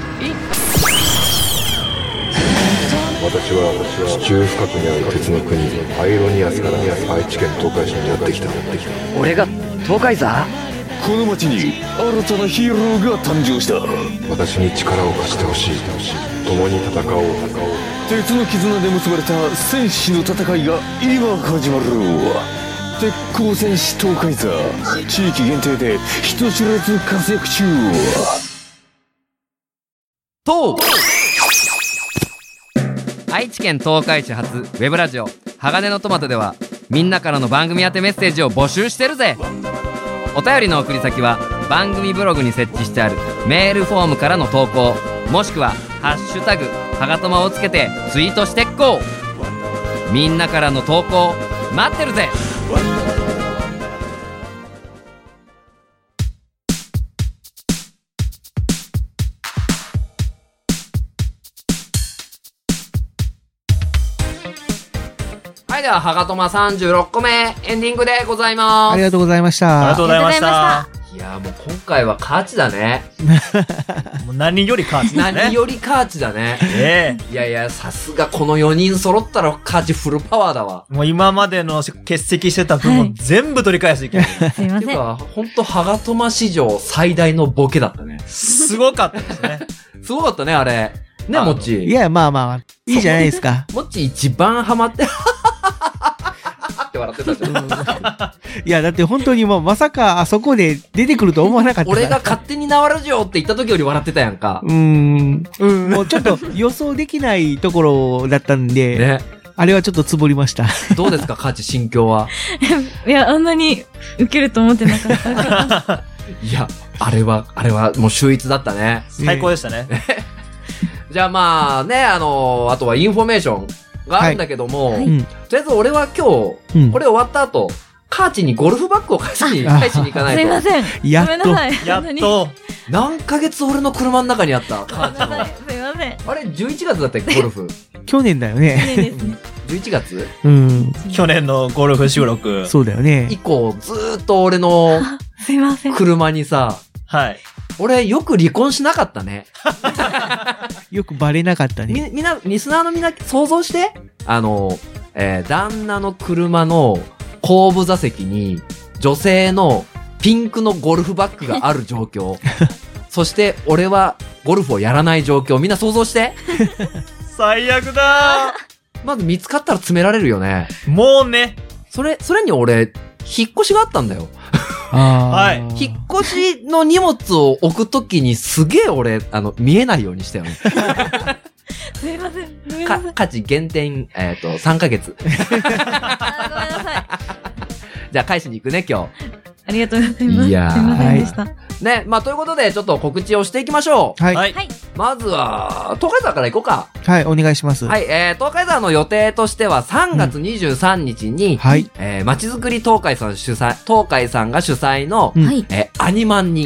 私は地中深くにある鉄の国アイロニアスから愛知県東海市にやってきた。
俺が東海座。
この町に新たなヒーローが誕生した。
私に力を貸してほしい。共に戦おう。
鉄の絆で結ばれた戦士の戦いが今始まる。鉄鋼戦士東海座、地域限定で人知れず活躍中。
愛知県東海市発ウェブラジオ鋼のトマトではみんなからの番組宛てメッセージを募集してるぜ。お便りの送り先は番組ブログに設置してあるメールフォームからの投稿、もしくはハッシュタグはがとまをつけてツイートしてっこう。
みんなからの投稿待ってるぜ。はい、ではハガトマ36個目エンディングでございます。
ありがとうございました。
ありがとうございました。
いやもう今回はカーチだね。
もう何よりカーチですね。
何よりカーチだね。いやいや、さすがこの4人揃ったらカーチフルパワーだわ。
もう今までの欠席してた分も全部取り返すいけない。
すいません。
てか、ほんとハガトマ史上最大のボケだったね。
すごかったですね。
すごかったね、あれ。ね、もっち。
いや、まあまあ、いいじゃないですか。
もっち一番ハマって、って笑ってたじゃん。
いや、だって本当にもうまさかあそこで出てくると思わなかった。
俺が勝手に縄ラジオって言った時より笑ってたやんか。
もうちょっと予想できないところだったんで、ね、あれはちょっとつぼりました。
どうですか、カーチ心境は。
いや、あんなに受けると思ってなかった。
いや、あれはもう秀逸だったね。
最高でしたね。
じゃあまあね、あとはインフォメーションがあるんだけども、とりあえず俺は今日、これ終わった後、カーチにゴルフバッグを返しに行かないと。
すいません。
やっと。
やっと。
何ヶ月俺の車の中にあったカーチの。
すいません。
あれ、11月だったっけ、ゴルフ。
去年だよね。
去年ですね。
11月？
去年のゴルフ収録。
そうだよね。
以降、ずーっと俺の
すいません。
車にさ、
はい。
俺よく離婚しなかったね。
よくバレなかったね。
みんな、リスナーのみんな想像して、旦那の車の後部座席に女性のピンクのゴルフバッグがある状況。そして俺はゴルフをやらない状況。みんな想像して。
最悪だ
ー。まず見つかったら詰められるよね。
もうね。
それに俺、引っ越しがあったんだよ。
はい。
引っ越しの荷物を置くときにすげえ俺、見えないようにしたよね。
すいません。ごめんなさい。
価値減点、3ヶ月。
ごめんなさい。
じゃあ返しに行くね、今日。
ありがとうございます。
いやー。
すいませんでした。
ね、まあ、ということで、ちょっと告知をしていきましょう。
はい。
はい。
まずは、東海山から行こうか。
はい、お願いします。
はい、東海山の予定としては3月23日に、
はい。
まちづくり東海さんが主催の、アニマンに、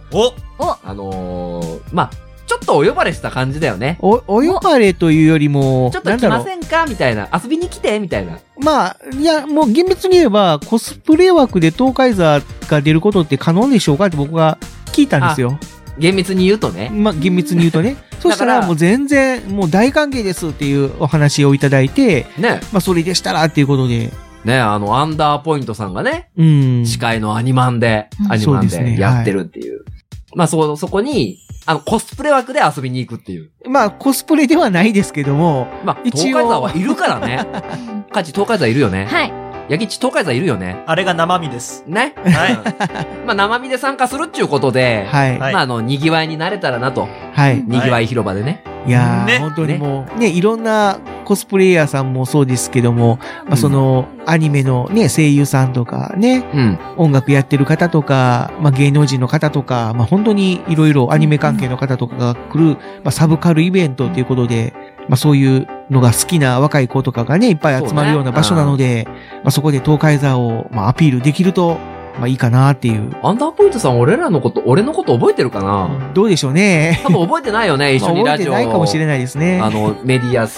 まあ、ちょっとお呼ばれした感じだよね。
お呼ばれというよりも、
ちょっと来ませんかみたいな。遊びに来てみたいな。
まあ、いや、もう厳密に言えば、コスプレ枠で東海座が出ることって可能でしょうかって僕が聞いたんですよ。
厳密に言うとね。
まあ、厳密に言うとね。そしたらもう全然、もう大歓迎ですっていうお話をいただいて、
ね。
まあ、それでしたらっていうことで。
ね、アンダーポイントさんがね、司会のアニマンでやってるっていう。まあ、そこに、コスプレ枠で遊びに行くっていう。
まあ、コスプレではないですけども。
まあ、東海座はいるからね。カチ東海座いるよね。
はい。
ヤギチ東海座いるよね。
あれが生身です。
ね。はい。まあ、生身で参加するっていうことで、はい。まあ、賑わいになれたらなと。はい。賑わい広場でね。
いやー、本当にもう、ね、いろんなコスプレイヤーさんもそうですけども、まあ、アニメのね、声優さんとかね、音楽やってる方とか、まあ、芸能人の方とか、まあ、本当にいろいろアニメ関係の方とかが来る、まあ、サブカルイベントということで、まあ、そういうのが好きな若い子とかがね、いっぱい集まるような場所なので、まあ、そこで東海座を、まあ、アピールできると、まあいいかなっていう。
アンダーポイントさん、俺のこと覚えてるかな？
どうでしょうね。
多分覚えてないよね、一緒にラジオ。
覚えてないかもしれないですね。
メディアス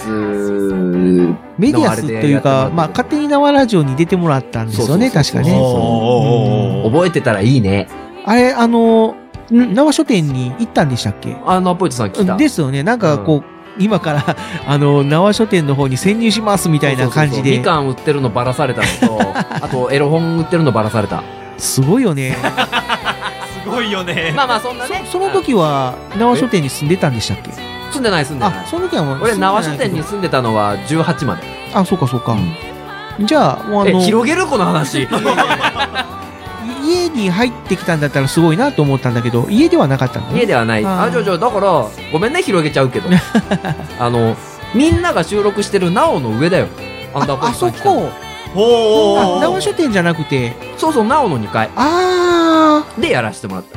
というか、まあ勝手に縄ラジオに出てもらったんですよね、確かね。
覚えてたらいいね。
あれ、縄書店に行ったんでしたっけ？
アンダーポイントさん来た。
ですよね、なんかこう、今から、縄書店の方に潜入しますみたいな感じで。
みかん売ってるのばらされたのと、あとエロ本売ってるのばらされた。
すごいよね。
すごいよね。
まあまあそんなね。
その時は縄書店に住んでたんでしたっけ？
住んでない。
あ、その時はもう。
俺縄書店に住んでたのは18まで。
あ、そうかそうか。じゃあ、もう
広げるこの話。
家に入ってきたんだったらすごいなと思ったんだけど、家ではなかったのね。
家ではない。だからごめんね、広げちゃうけど。みんなが収録してるなおの上だよ。アンダーポイントさん来た。
あそこ。縄書店じゃなくて。
そうそう、なおの2階。でやらせてもらった。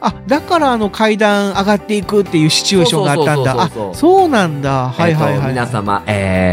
あ、だから階段上がっていくっていうシチュエーションがあったんだ。あ、そうなんだ。はいはいはい。
皆様、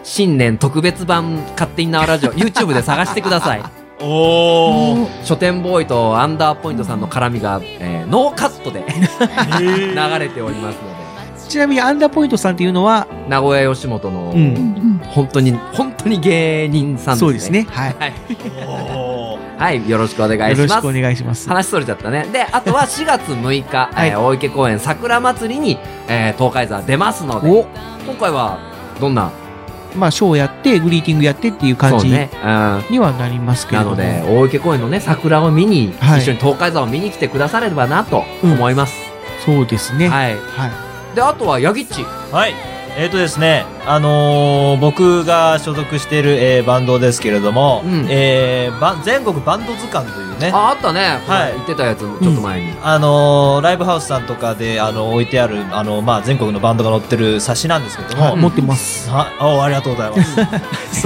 新年特別版勝手に縄ラジオ、YouTube で探してください。
おー。
書店ボーイとアンダーポイントさんの絡みが、ノーカットで流れておりますので。
ちなみにアンダーポイントさんっていうのは
名古屋吉本の、本当に芸人さんですね。
そうですね。はい。
はい、よろしくお願いします。
よろしくお願いします。
話それちゃったね。で、あとは4月6日、大池公園桜祭りに、東海座出ますので、今回はどんな
まあ、ショーやって、グリーティングやってっていう感じにはなりますけど、
なので、大池公園のね、桜を見に、一緒に東海座を見に来てくださればなと思います。
そうですね。
はい。で、あとは、ヤギッチ。
はい。ですね、僕が所属している、バンドですけれども、全国バンド図鑑というね。
あったね。はい。言ってたやつ、ちょっと前に。
ライブハウスさんとかで、置いてある、まあ、全国のバンドが載ってる冊子なんですけども。
持ってます。
ありがとうございます。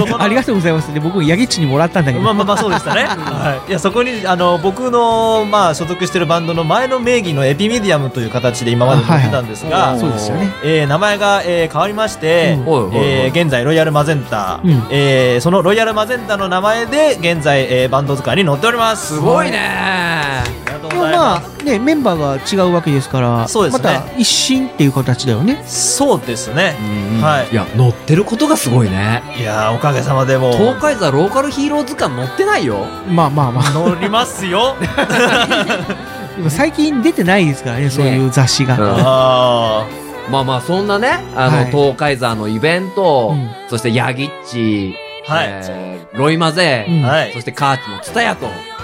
ありがとうございます。で、僕、ヤギッチにもらったんだけど。
まあ、そうでしたね。はい。いや、そこに、僕の、まあ、所属してるバンドの前の名義のエピメディアムという形で今まで載ってたんですが、
そうですよね。
名前が、変わりまして、現在ロイヤルマゼンタ、そのロイヤルマゼンタの名前で現在、バンド図鑑に載っております。
すごいね。
まあね、メンバーが違うわけですから、
そうですね、
また一新っていう形だよね。
そうですね。はい。
いや、載ってることがすごいね。
いや、おかげさまでも
東海座ローカルヒーロー図鑑載ってないよ。
まあ。
載りますよ。
でも最近出てないですからね、そういう雑誌が。
まあ、そんなね、東海座のイベント、そしてヤギッチ、ロイマゼ、そしてカーチのツタヤと、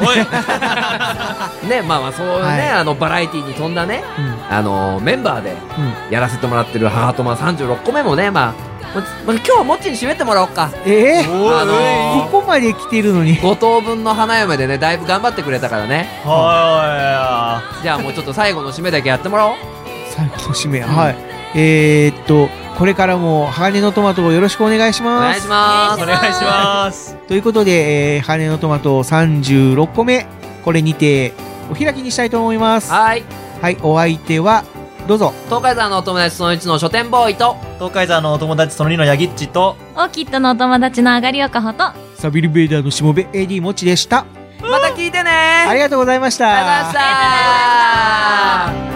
ね、まあ、そういうね、バラエティに富んだね、メンバーでやらせてもらってるハートマン36個目もね、まあ、今日はもっちに締めてもらおうか。
ここまで来てるのに。
5等分の花嫁でね、だいぶ頑張ってくれたからね。じゃあもうちょっと最後の締めだけやってもらおう。
最後の締め、はい。これからも鋼のトマトをよろしくお願いします。
お願いします。
お願いします。
ということで、鋼のトマト36個目、これにてお開きにしたいと思います。
はい。
はい、お相手は、どうぞ。
東海座のお友達その1の書店ボーイと、
東海座のお友達その2のヤギッチと、
オーキッドのお友達のあがりおかほと、
サビルベーダーのしもべ AD もちでした。
また聞いてね。
ありがとうございました。
ありがとうございました。